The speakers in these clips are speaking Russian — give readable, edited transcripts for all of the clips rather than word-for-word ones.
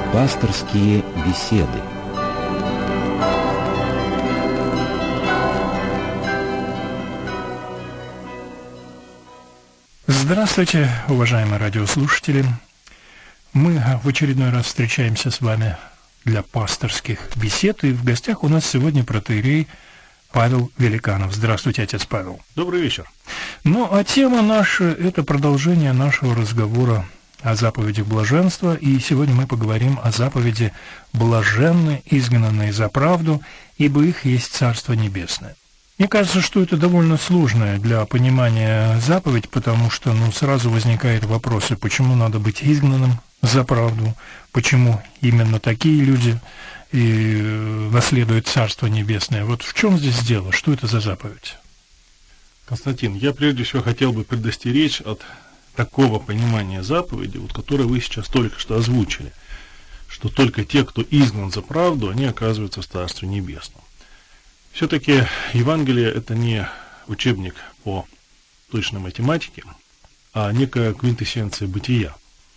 Пасторские беседы. Здравствуйте, уважаемые радиослушатели. Мы в очередной раз встречаемся с вами для пасторских бесед, и в гостях у нас сегодня протоиерей Павел Великанов. Здравствуйте, отец Павел. Добрый вечер. Ну, а тема наша – это продолжение нашего разговора о заповедях блаженства, и сегодня мы поговорим о заповеди «Блаженны, изгнанные за правду, ибо их есть Царство Небесное». Мне кажется, что это довольно сложная для понимания заповедь, потому что сразу возникают вопросы, почему надо быть изгнанным за правду, почему именно такие люди и наследуют Царство Небесное. Вот в чем здесь дело? Что это за заповедь? Константин, я прежде всего хотел бы предостеречь от такого понимания заповеди, которое вы сейчас только что озвучили, что только те, кто изгнан за правду, они оказываются в Царстве Небесном. Все-таки Евангелие – это не учебник по точной математике, а некая квинтэссенция бытия.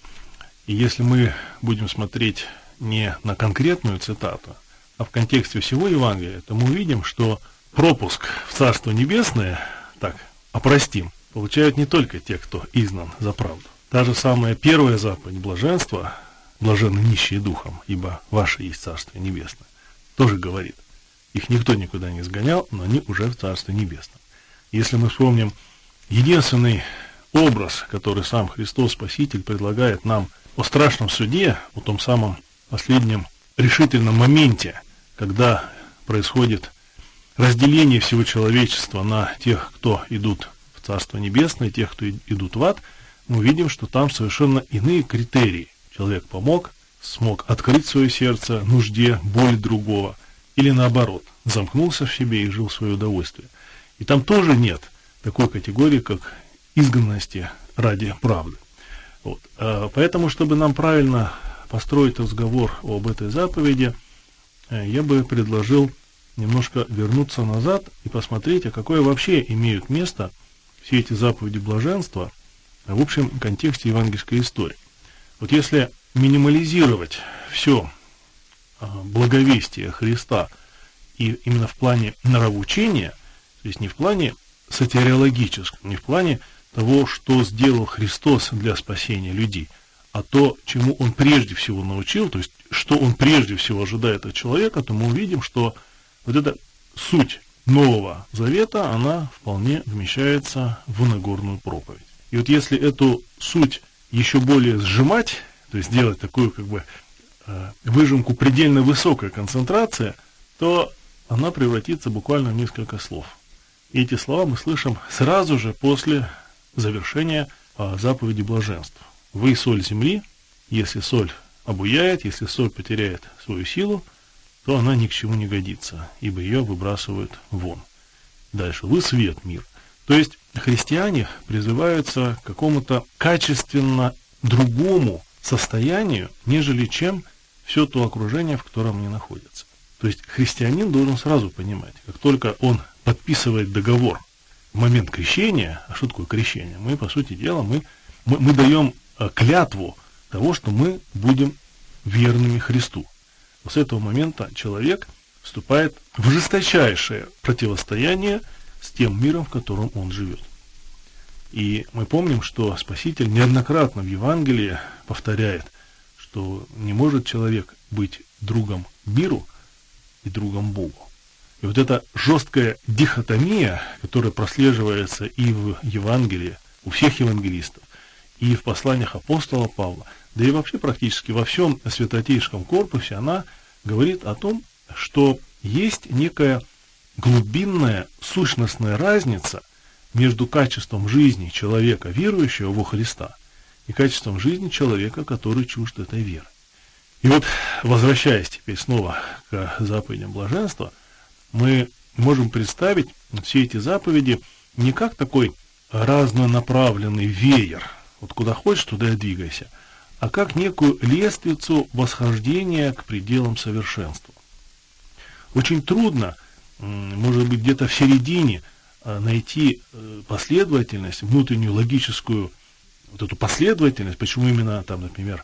И если мы будем смотреть не на конкретную цитату, а в контексте всего Евангелия, то мы увидим, что пропуск в Царство Небесное, так, опростим, получают не только те, кто изгнан за правду. Та же самая первая заповедь блаженства, блаженны нищие духом, ибо ваше есть Царство Небесное, тоже говорит, их никто никуда не сгонял, но они уже в Царстве Небесном. Если мы вспомним единственный образ, который сам Христос Спаситель предлагает нам о страшном суде, о том самом последнем решительном моменте, когда происходит разделение всего человечества на тех, кто идут в Царство Небесное, и тех, кто идут в ад, мы видим, что там совершенно иные критерии. Человек смог открыть свое сердце нужде, боли другого, или наоборот, замкнулся в себе и жил в свое удовольствие. И там тоже нет такой категории, как изгнанности ради правды. Поэтому, чтобы нам правильно построить разговор об этой заповеди, я бы предложил немножко вернуться назад и посмотреть, а какое вообще имеют место все эти заповеди блаженства в общем контексте евангельской истории. Если минимализировать все благовестие Христа и именно в плане нравоучения, то есть не в плане сатериологическом, не в плане того, что сделал Христос для спасения людей, а то, чему Он прежде всего научил, то есть что Он прежде всего ожидает от человека, то мы увидим, что вот эта суть Нового Завета, она вполне вмещается в Нагорную проповедь. И если эту суть еще более сжимать, то есть сделать такую выжимку предельно высокой концентрации, то она превратится буквально в несколько слов. И эти слова мы слышим сразу же после завершения заповеди блаженства. Вы соль земли, если соль обуяет, если соль потеряет свою силу, то она ни к чему не годится, ибо ее выбрасывают вон. Дальше. Вы свет мира. То есть христиане призываются к какому-то качественно другому состоянию, нежели чем все то окружение, в котором они находятся. То есть христианин должен сразу понимать, как только он подписывает договор в момент крещения, а что такое крещение? Мы, по сути дела, мы даем клятву того, что мы будем верными Христу. С этого момента человек вступает в жесточайшее противостояние с тем миром, в котором он живет. И мы помним, что Спаситель неоднократно в Евангелии повторяет, что не может человек быть другом миру и другом Богу. И эта жесткая дихотомия, которая прослеживается и в Евангелии, у всех евангелистов, и в посланиях апостола Павла, да и вообще практически во всем святоотеческом корпусе, она говорит о том, что есть некая глубинная сущностная разница между качеством жизни человека, верующего во Христа, и качеством жизни человека, который чужд этой веры. И возвращаясь теперь снова к заповедям блаженства, мы можем представить все эти заповеди не как такой разнонаправленный веер, куда хочешь, туда и двигайся, а как некую лестницу восхождения к пределам совершенства. Очень трудно, может быть, где-то в середине найти последовательность, внутреннюю логическую эту последовательность, почему именно например,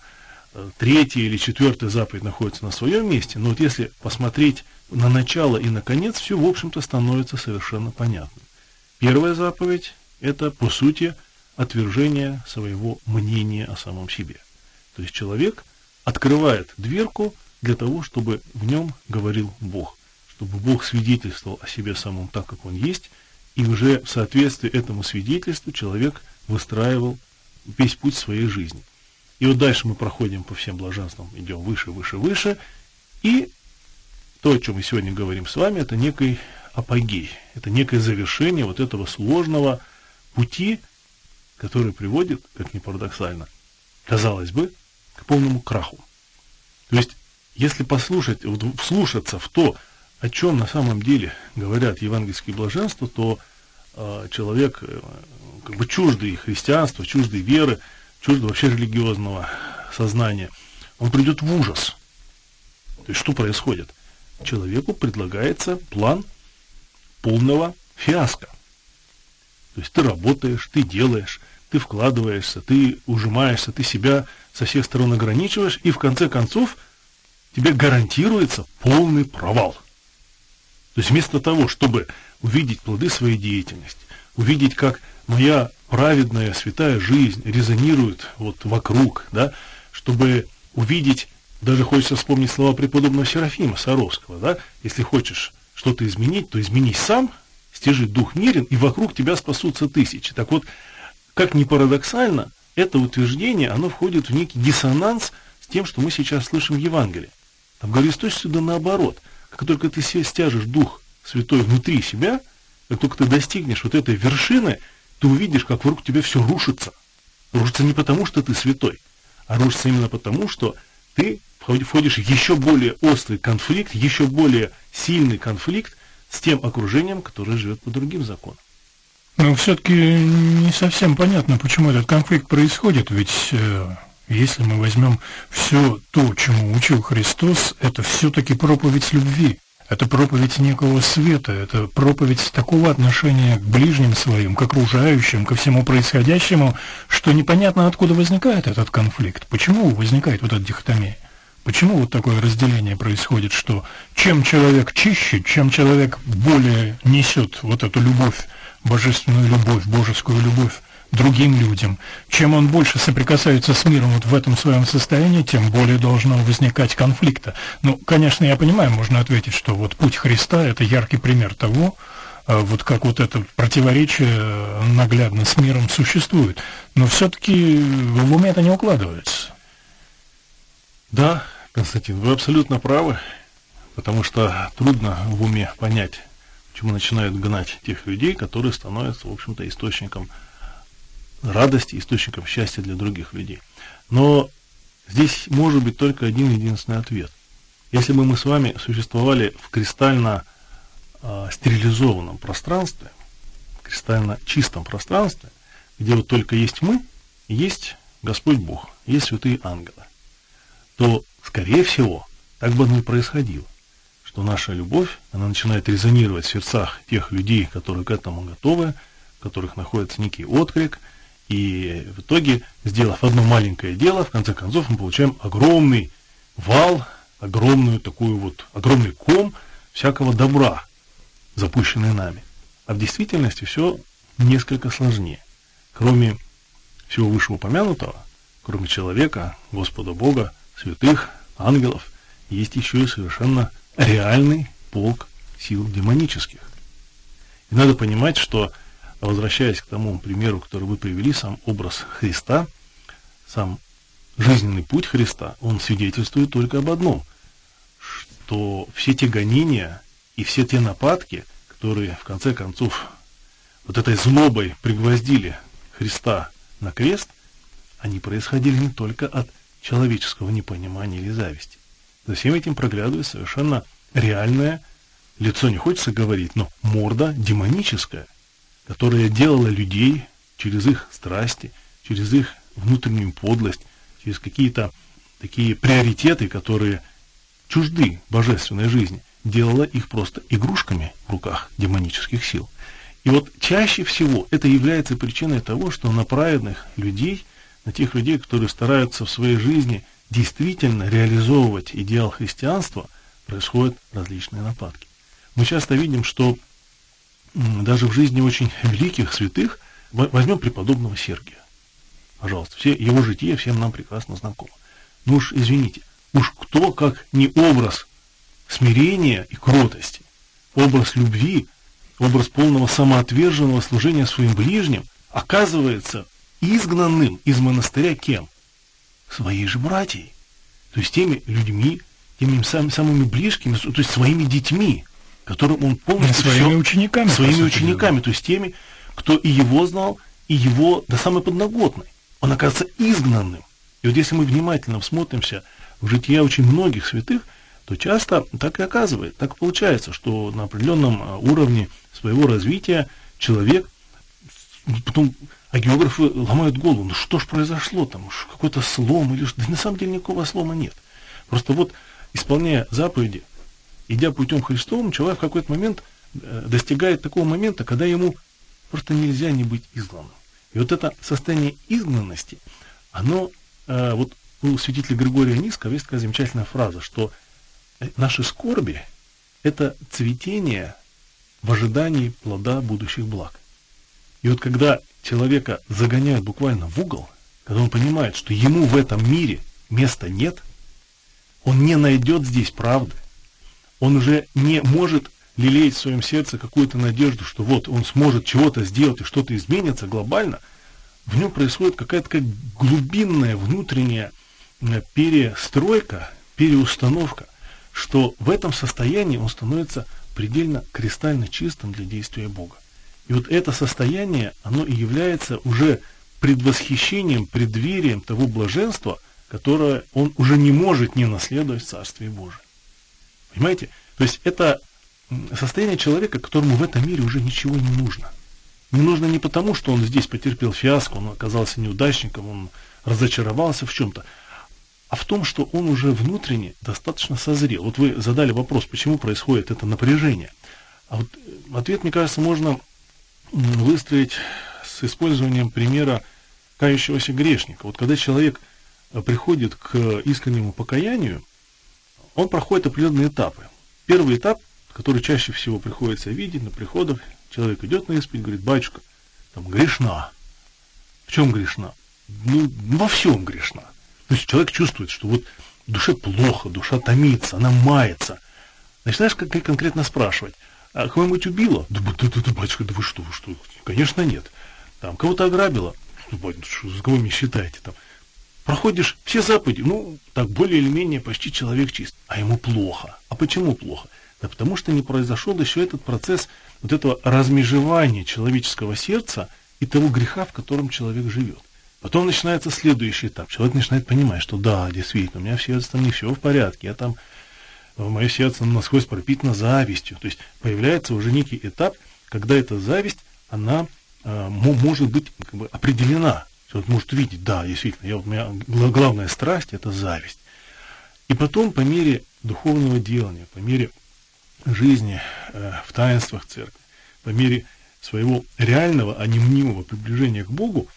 третья или четвертая заповедь находится на своем месте, но вот если посмотреть на начало и на конец, все, в общем-то, становится совершенно понятным. Первая заповедь – это, по сути, отвержение своего мнения о самом себе. То есть человек открывает дверку для того, чтобы в нем говорил Бог, чтобы Бог свидетельствовал о себе самом так, как Он есть, и уже в соответствии этому свидетельству человек выстраивал весь путь своей жизни. И вот дальше мы проходим по всем блаженствам, идем выше, выше, выше, и то, о чем мы сегодня говорим с вами, это некий апогей, это некое завершение вот этого сложного пути, который приводит, как ни парадоксально, казалось бы, к полному краху. То есть, если послушать, вслушаться в то, о чем на самом деле говорят евангельские блаженства, то человек, как бы чуждый христианства, чуждый веры, чуждый вообще религиозного сознания, он придет в ужас. То есть, что происходит? Человеку предлагается план полного фиаско. То есть ты работаешь, ты делаешь, ты вкладываешься, ты ужимаешься, ты себя со всех сторон ограничиваешь, и в конце концов тебе гарантируется полный провал. То есть вместо того, чтобы увидеть плоды своей деятельности, увидеть, как моя праведная, святая жизнь резонирует вот вокруг, да, чтобы увидеть, даже хочется вспомнить слова преподобного Серафима Саровского, да, если хочешь что-то изменить, то изменись сам, стяжи дух мирен, и вокруг тебя спасутся тысячи. Так вот, как ни парадоксально, это утверждение, оно входит в некий диссонанс с тем, что мы сейчас слышим в Евангелии. Там говорится точно сюда наоборот. Как только ты стяжешь Дух Святой внутри себя, как только ты достигнешь вот этой вершины, ты увидишь, как вокруг тебя все рушится. Рушится не потому, что ты святой, а рушится именно потому, что ты входишь в еще более острый конфликт, еще более сильный конфликт с тем окружением, которое живет по другим законам. Но все-таки не совсем понятно, почему этот конфликт происходит, ведь если мы возьмем все то, чему учил Христос, это все-таки проповедь любви, это проповедь некого света, это проповедь такого отношения к ближним своим, к окружающим, ко всему происходящему, что непонятно, откуда возникает этот конфликт, почему возникает вот эта дихотомия. Почему вот такое разделение происходит, что чем человек чище, чем человек более несет вот эту любовь, божественную любовь, божескую любовь другим людям, чем он больше соприкасается с миром вот в этом своем состоянии, тем более должно возникать конфликта. Ну, конечно, я понимаю, можно ответить, что вот путь Христа – это яркий пример того, вот как вот это противоречие наглядно с миром существует. Но все-таки в уме это не укладывается. Да, Константин, вы абсолютно правы, потому что трудно в уме понять, почему начинают гнать тех людей, которые становятся, в общем-то, источником радости, источником счастья для других людей. Но здесь может быть только один единственный ответ. Если бы мы с вами существовали в кристально стерилизованном пространстве, кристально чистом пространстве, где вот только есть мы, есть Господь Бог, есть святые ангелы, то, скорее всего, так бы оно и происходило, что наша любовь, она начинает резонировать в сердцах тех людей, которые к этому готовы, в которых находится некий отклик, и в итоге, сделав одно маленькое дело, в конце концов мы получаем огромный вал, огромный ком всякого добра, запущенный нами. А в действительности все несколько сложнее. Кроме всего вышеупомянутого, кроме человека, Господа Бога, святых, ангелов, есть еще и совершенно реальный полк сил демонических. И надо понимать, что, возвращаясь к тому примеру, который вы привели, сам образ Христа, сам жизненный путь Христа, он свидетельствует только об одном, что все те гонения и все те нападки, которые в конце концов вот этой злобой пригвоздили Христа на крест, они происходили не только от человеческого непонимания или зависти. За всем этим проглядывает совершенно реальное лицо, не хочется говорить, но морда демоническая, которая делала людей через их страсти, через их внутреннюю подлость, через какие-то такие приоритеты, которые чужды божественной жизни, делала их просто игрушками в руках демонических сил. И вот чаще всего это является причиной того, что на праведных людей, на тех людей, которые стараются в своей жизни действительно реализовывать идеал христианства, происходят различные нападки. Мы часто видим, что даже в жизни очень великих святых, возьмем преподобного Сергия, пожалуйста, все его житие всем нам прекрасно знакомо. Ну уж извините, уж кто, как не образ смирения и кротости, образ любви, образ полного самоотверженного служения своим ближним, оказывается изгнанным из монастыря кем? Своей же братьей, то есть теми людьми, теми самыми близкими, то есть своими детьми, которым он полностью... Своими учениками. Своими учениками, то есть теми, кто и его знал, и его до самой подноготной. Он оказывается изгнанным. И вот если мы внимательно всмотримся в жития очень многих святых, то часто так и оказывается, так и получается, что на определенном уровне своего развития человек, потом агеографы ломают голову, ну что ж произошло там, уж какой-то слом, или что, да на самом деле никакого слома нет. Просто вот, исполняя заповеди, идя путем Христовым, человек в какой-то момент достигает такого момента, когда ему просто нельзя не быть изгнанным. И вот это состояние изгнанности, оно, вот у святителя Григория Нисского есть такая замечательная фраза, что наши скорби – это цветение в ожидании плода будущих благ. И вот когда человека загоняют буквально в угол, когда он понимает, что ему в этом мире места нет, он не найдет здесь правды, он уже не может лелеять в своем сердце какую-то надежду, что вот он сможет чего-то сделать и что-то изменится глобально, в нем происходит какая-то такая глубинная внутренняя перестройка, переустановка, что в этом состоянии он становится предельно кристально чистым для действия Бога. И вот это состояние, оно и является уже предвосхищением, преддверием того блаженства, которое он уже не может не наследовать в Царстве Божьем. Понимаете? То есть это состояние человека, которому в этом мире уже ничего не нужно. Не нужно не потому, что он здесь потерпел фиаско, он оказался неудачником, он разочаровался в чем-то, а в том, что он уже внутренне достаточно созрел. Вот вы задали вопрос, почему происходит это напряжение. А вот ответ, мне кажется, можно выстроить с использованием примера кающегося грешника. Вот когда человек приходит к искреннему покаянию, он проходит определенные этапы. Первый этап, который чаще всего приходится видеть на приходах, человек идет на исповедь, говорит: батюшка, там грешна. В чем грешна? Ну, во всем грешна. То есть человек чувствует, что вот душе плохо, душа томится, она мается. Начинаешь конкретно спрашивать: а кого-нибудь убила? Да, батюшка, да вы что? Конечно, нет. Там, кого-то ограбила? Ну, батюшка, за кого меня считаете? Там, проходишь все заповеди, ну, так более или менее почти человек чист. А ему плохо. А почему плохо? Да потому что не произошел еще этот процесс вот этого размежевания человеческого сердца и того греха, в котором человек живет. Потом начинается следующий этап. Человек начинает понимать, что да, действительно, у меня в сердце там не все в порядке, мое сердце насквозь пропитано завистью. То есть появляется уже некий этап, когда эта зависть, она может быть как бы определена. Человек может увидеть, да, действительно, у меня главная страсть – это зависть. И потом по мере духовного делания, по мере жизни в таинствах церкви, по мере своего реального, а не мнимого приближения к Богу,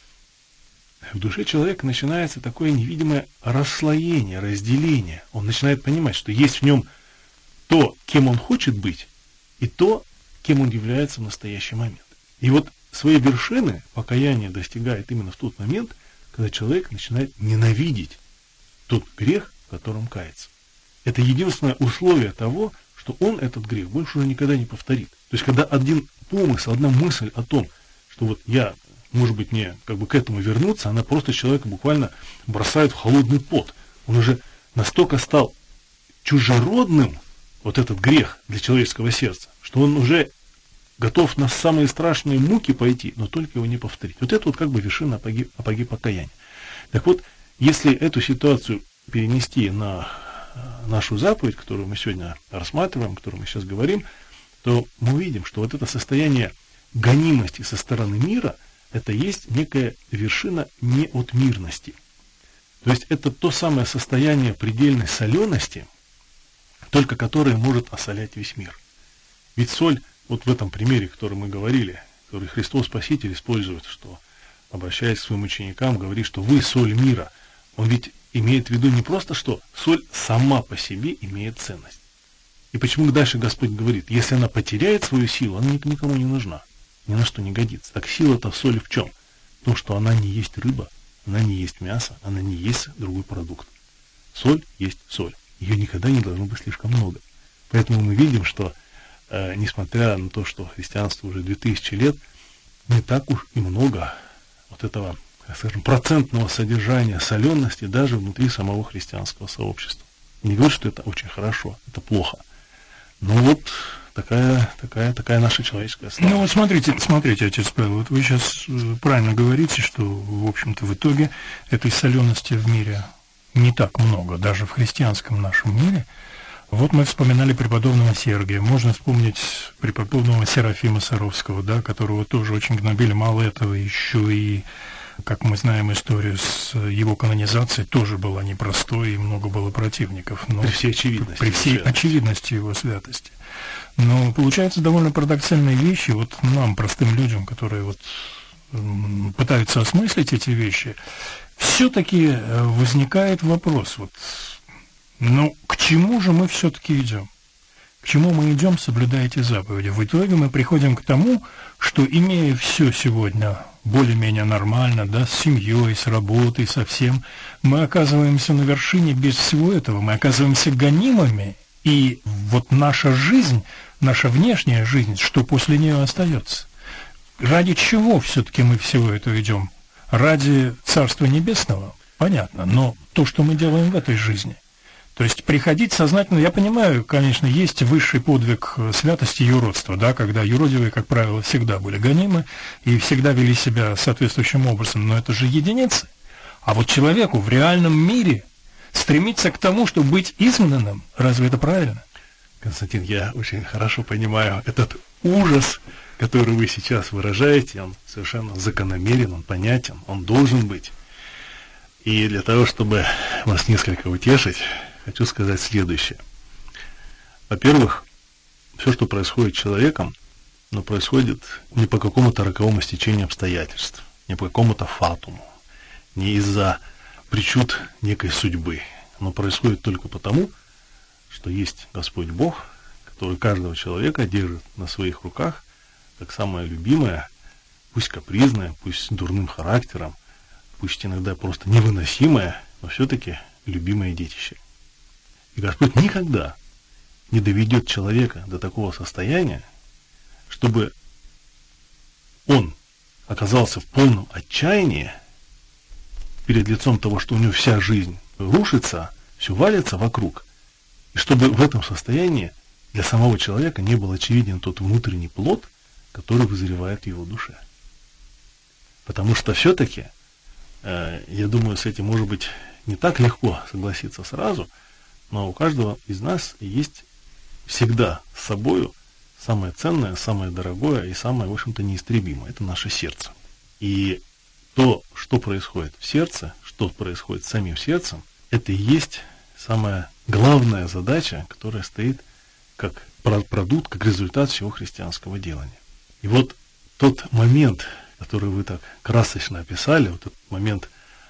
в душе человека начинается такое невидимое расслоение, разделение. Он начинает понимать, что есть в нем то, кем он хочет быть, и то, кем он является в настоящий момент. И вот своей вершины покаяние достигает именно в тот момент, когда человек начинает ненавидеть тот грех, в котором кается. Это единственное условие того, что он этот грех больше уже никогда не повторит. То есть, когда один помысл, одна мысль о том, что вот я, может быть, мне как бы к этому вернуться, она просто человека буквально бросает в холодный пот. Он уже настолько стал чужеродным, вот этот грех для человеческого сердца, что он уже готов на самые страшные муки пойти, но только его не повторить. Вот это вот как бы вершина апогей покаяния. Так вот, если эту ситуацию перенести на нашу заповедь, которую мы сегодня рассматриваем, о которой мы сейчас говорим, то мы увидим, что вот это состояние гонимости со стороны мира, это есть некая вершина неотмирности. То есть это то самое состояние предельной солености, только которое может осолять весь мир. Ведь соль, вот в этом примере, о котором мы говорили, который Христос Спаситель использует, что, обращаясь к своим ученикам, говорит, что вы соль мира. Он ведь имеет в виду не просто, что соль сама по себе имеет ценность. И почему дальше Господь говорит, если она потеряет свою силу, она никому не нужна, ни на что не годится. Так сила-то в соли в чем? В том, что она не есть рыба, она не есть мясо, она не есть другой продукт. Соль есть соль. Ее никогда не должно быть слишком много. Поэтому мы видим, что, несмотря на то, что христианство уже 2000 лет, не так уж и много вот этого, скажем, процентного содержания солености даже внутри самого христианского сообщества. Не говорю, что это очень хорошо, это плохо. Но вот такая наша человеческая слава. Ну вот смотрите, отец Павел, вот вы сейчас правильно говорите, что, в общем-то, в итоге этой солености в мире не так много, даже в христианском нашем мире. Вот мы вспоминали преподобного Сергия, можно вспомнить преподобного Серафима Саровского, да, которого тоже очень гнобили, мало этого, еще и, как мы знаем, история с его канонизацией тоже была непростой, и много было противников. Но при всей очевидности. При всей очевидности его святости. Но получаются довольно парадоксальные вещи, вот нам, простым людям, которые вот пытаются осмыслить эти вещи, все-таки возникает вопрос, вот, ну, к чему же мы все-таки идем? К чему мы идем, соблюдая эти заповеди? В итоге мы приходим к тому, что, имея все сегодня более-менее нормально, да, с семьей, с работой, со всем, мы оказываемся на вершине без всего этого, мы оказываемся гонимыми, и вот наша жизнь, наша внешняя жизнь, что после нее остается? Ради чего все-таки мы всего этого идем? Ради Царства Небесного? Понятно, но то, что мы делаем в этой жизни. То есть приходить сознательно, я понимаю, конечно, есть высший подвиг святости и юродства, да, когда юродивые, как правило, всегда были гонимы и всегда вели себя соответствующим образом, но это же единицы. А вот человеку в реальном мире стремиться к тому, чтобы быть изгнанным, разве это правильно? Константин, я очень хорошо понимаю этот ужас, который вы сейчас выражаете, он совершенно закономерен, он понятен, он должен быть. И для того, чтобы вас несколько утешить, хочу сказать следующее. Во-первых, все, что происходит с человеком, но происходит не по какому-то роковому стечению обстоятельств, не по какому-то фатуму, не из-за причуд некой судьбы. Оно происходит только потому, что есть Господь Бог, который каждого человека держит на своих руках, как самое любимое, пусть капризное, пусть с дурным характером, пусть иногда просто невыносимое, но все-таки любимое детище. И Господь никогда не доведет человека до такого состояния, чтобы он оказался в полном отчаянии перед лицом того, что у него вся жизнь рушится, все валится вокруг, и чтобы в этом состоянии для самого человека не был очевиден тот внутренний плод, который вызревает в его душе. Потому что все-таки, я думаю, с этим может быть не так легко согласиться сразу, но у каждого из нас есть всегда с собою самое ценное, самое дорогое и самое, в общем-то, неистребимое. Это наше сердце. И то, что происходит в сердце, что происходит с самим сердцем, это и есть самая главная задача, которая стоит как продукт, как результат всего христианского делания. И вот тот момент, который вы так красочно описали, вот этот момент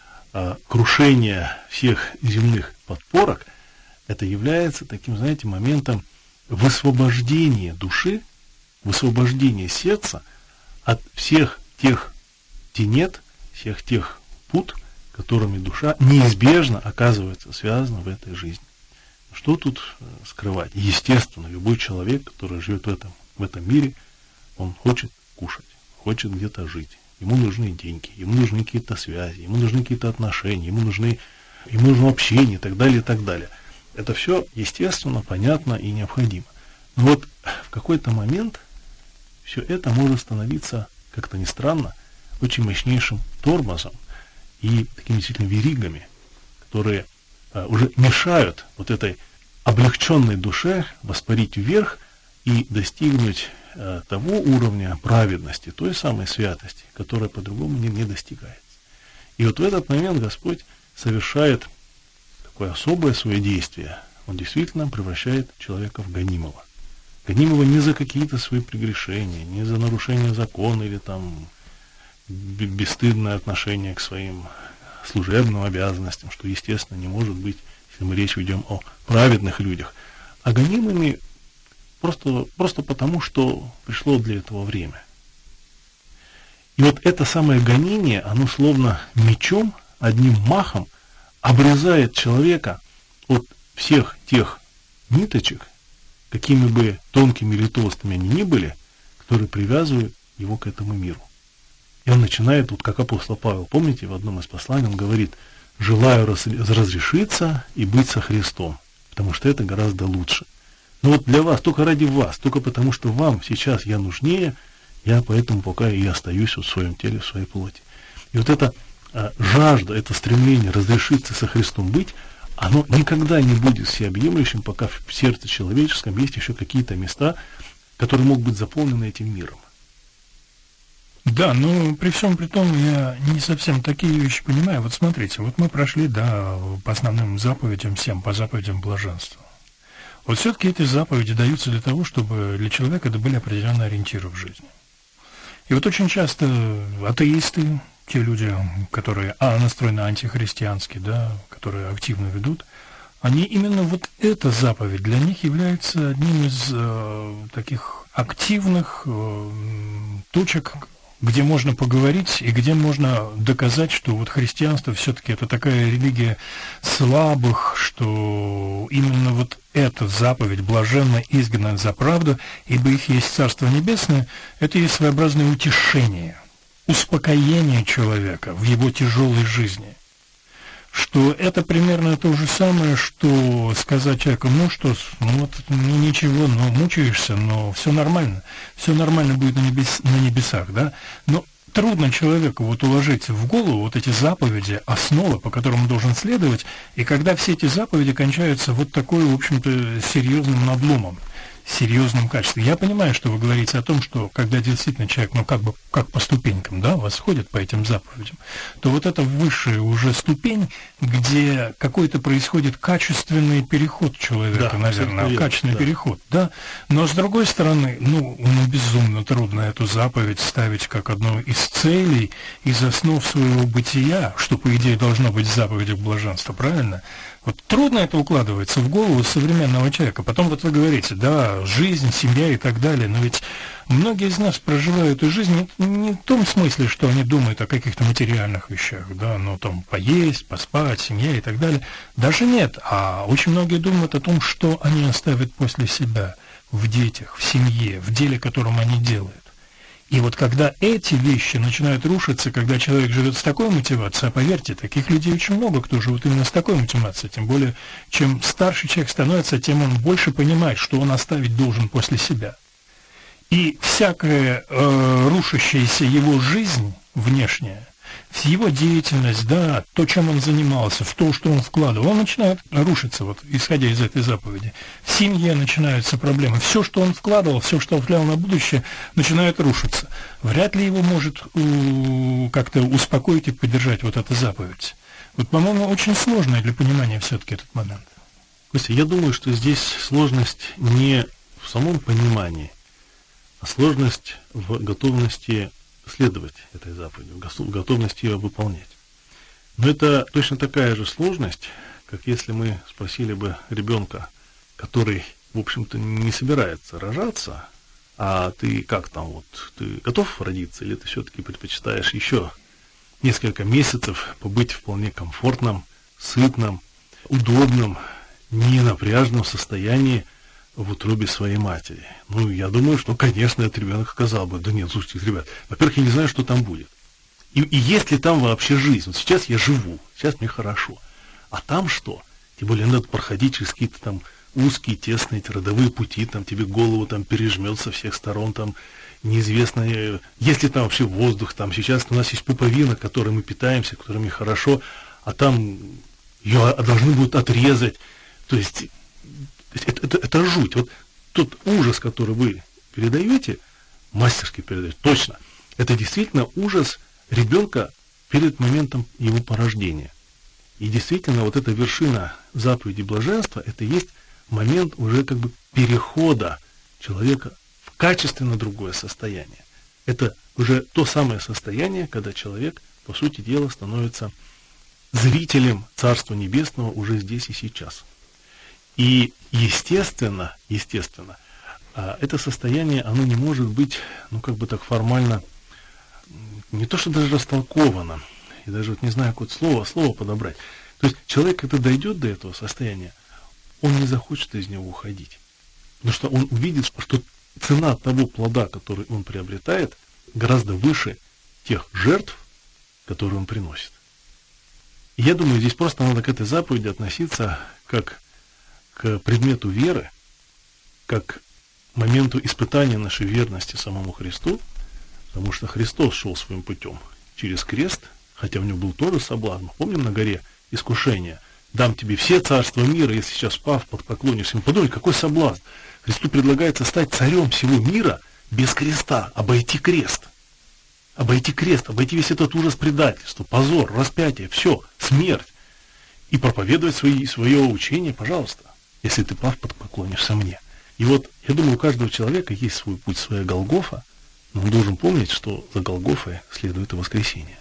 крушения всех земных подпорок, это является таким, знаете, моментом высвобождения души, высвобождения сердца от всех тех тенет, всех тех пут, которыми душа неизбежно оказывается связана в этой жизни. Что тут скрывать? Естественно, любой человек, который живет в этом мире, он хочет кушать, хочет где-то жить. Ему нужны деньги, ему нужны какие-то связи, ему нужны какие-то отношения, ему нужно общение и так далее, и так далее. Это все естественно, понятно и необходимо. Но вот в какой-то момент все это может становиться, как-то ни странно, очень мощнейшим тормозом и такими действительно веригами, которые уже мешают вот этой облегченной душе воспарить вверх и достигнуть того уровня праведности, той самой святости, которая по-другому не достигается. И вот в этот момент Господь совершает такое особое свое действие. Он действительно превращает человека в гонимого. Гонимого не за какие-то свои прегрешения, не за нарушение закона или там бесстыдное отношение к своим служебным обязанностям, что, естественно, не может быть, если мы речь ведем о праведных людях, а гонимыми просто потому, что пришло для этого время. И вот это самое гонение, оно словно мечом, одним махом обрезает человека от всех тех ниточек, какими бы тонкими или толстыми они ни были, которые привязывают его к этому миру. И он начинает, вот как апостол Павел, помните, в одном из посланий он говорит: «Желаю разрешиться и быть со Христом, потому что это гораздо лучше». Но вот для вас, только ради вас, только потому что вам сейчас я нужнее, я поэтому пока и остаюсь в своем теле, в своей плоти. И вот эта жажда, это стремление разрешиться со Христом быть, оно никогда не будет всеобъемлющим, пока в сердце человеческом есть еще какие-то места, которые могут быть заполнены этим миром. Да, но при всем при том я не совсем такие вещи понимаю. Вот смотрите, вот мы прошли, да, по основным заповедям всем, по заповедям блаженства. Вот все-таки эти заповеди даются для того, чтобы для человека это были определенные ориентиры в жизни. И вот очень часто атеисты, те люди, которые настроены антихристиански, да, которые активно ведут, они именно вот эта заповедь для них является одним из таких активных точек, где можно поговорить и где можно доказать, что вот христианство все-таки это такая религия слабых, что именно вот эта заповедь блаженно изгнанных за правду, ибо их есть Царство Небесное, это есть своеобразное утешение, успокоение человека в его тяжелой жизни. Что это примерно то же самое, что сказать человеку: ничего, мучаешься, но все нормально будет на небесах, да? Но трудно человеку вот уложить в голову вот эти заповеди, основы, по которым он должен следовать, и когда все эти заповеди кончаются вот такой, в общем-то, серьезным надломом, серьезным качеством. Я понимаю, что вы говорите о том, что когда действительно человек, как по ступенькам, да, восходит по этим заповедям, то вот это высшая уже ступень, где какой-то происходит качественный переход человека, да, наверное, качественный переход, да. Но с другой стороны, безумно трудно эту заповедь ставить как одну из целей, из основ своего бытия, что, по идее, должно быть в заповедях блаженства, правильно? Вот трудно это укладывается в голову современного человека. Потом вот вы говорите, да, жизнь, семья и так далее, но ведь многие из нас проживают эту жизнь не в том смысле, что они думают о каких-то материальных вещах, да, там поесть, поспать, семья и так далее. Даже нет, а очень многие думают о том, что они оставят после себя в детях, в семье, в деле, которым они делают. И вот когда эти вещи начинают рушиться, когда человек живет с такой мотивацией, а поверьте, таких людей очень много, кто живет именно с такой мотивацией, тем более, чем старше человек становится, тем он больше понимает, что он оставить должен после себя. И всякая рушащаяся его жизнь внешняя, его деятельность, да, то, чем он занимался, в то, что он вкладывал, он начинает рушиться, вот, исходя из этой заповеди. В семье начинаются проблемы. Все, что он вкладывал, все, что вкладывал на будущее, начинает рушиться. Вряд ли его может как-то успокоить и поддержать вот эта заповедь. Вот, по-моему, очень сложный для понимания все-таки этот момент. Костя, я думаю, что здесь сложность не в самом понимании, а сложность в готовности следовать этой заповеди, в готовности ее выполнять. Но это точно такая же сложность, как если мы спросили бы ребенка, который, в общем-то, не собирается рожаться, а ты как там, вот, ты готов родиться, или ты все-таки предпочитаешь еще несколько месяцев побыть в вполне комфортном, сытном, удобном, ненапряженном состоянии в утробе своей матери. Я думаю, что, конечно, этот ребенок сказал бы: да нет, слушайте, ребят, во-первых, я не знаю, что там будет. И есть ли там вообще жизнь? Вот сейчас я живу, сейчас мне хорошо. А там что? Тем более надо проходить через какие-то там узкие, тесные родовые пути, там тебе голову там пережмет со всех сторон, там неизвестно, есть ли там вообще воздух, там сейчас у нас есть пуповина, которой мы питаемся, которой мне хорошо, а там ее должны будут отрезать. То есть это жуть. Вот тот ужас, который вы передаете, мастерски передаете, точно, это действительно ужас ребенка перед моментом его порождения. И действительно, вот эта вершина заповеди блаженства, это есть момент уже как бы перехода человека в качественно другое состояние. Это уже то самое состояние, когда человек, по сути дела, становится зрителем Царства Небесного уже здесь и сейчас. И естественно, это состояние, оно не может быть, так формально, не то что даже растолковано, я даже не знаю, какое слово подобрать. То есть человек, когда дойдет до этого состояния, он не захочет из него уходить. Потому что он увидит, что цена того плода, который он приобретает, гораздо выше тех жертв, которые он приносит. И я думаю, здесь просто надо к этой заповеди относиться как к предмету веры, как к моменту испытания нашей верности самому Христу, потому что Христос шел своим путем через крест, хотя у него был тоже соблазн. Помним на горе искушение? Дам тебе все царства мира, если сейчас пав, поклонишься ему. Подумай, какой соблазн. Христу предлагается стать царем всего мира без креста, обойти крест. Обойти весь этот ужас предательства, позор, распятие, все, смерть. И проповедовать свое учение, пожалуйста, если ты пав, поклонишься мне. И вот, я думаю, у каждого человека есть свой путь, своя Голгофа, но он должен помнить, что за Голгофой следует и воскресение.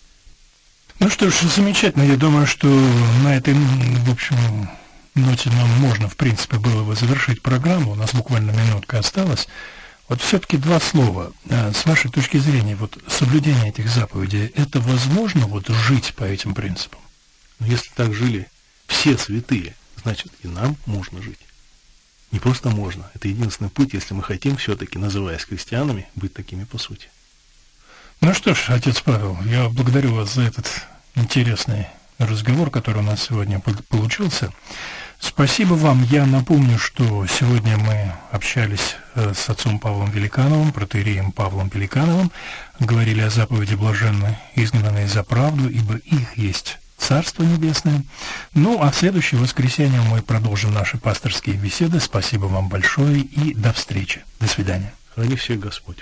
Ну что ж, замечательно. Я думаю, что на этой, в общем, ноте нам можно, в принципе, было бы завершить программу. У нас буквально минутка осталась. Вот все-таки два слова. С вашей точки зрения, вот соблюдение этих заповедей, это возможно вот жить по этим принципам? Но если так жили все святые, значит и нам можно жить. Не просто можно. Это единственный путь, если мы хотим все-таки, называясь христианами, быть такими по сути. Ну что ж, отец Павел, я благодарю вас за этот интересный разговор, который у нас сегодня получился. Спасибо вам. Я напомню, что сегодня мы общались с отцом Павлом Великановым, протоиереем Павлом Великановым, говорили о заповеди блаженны, изгнанные за правду, ибо их есть Царство Небесное. Ну, а в следующее воскресенье мы продолжим наши пасторские беседы. Спасибо вам большое и до встречи. До свидания. Храни всех Господь.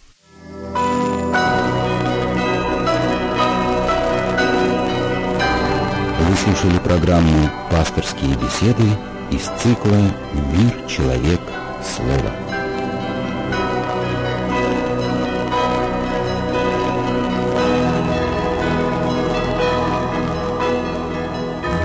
Вы слушали программу «Пасторские беседы» из цикла «Мир, человек, слово».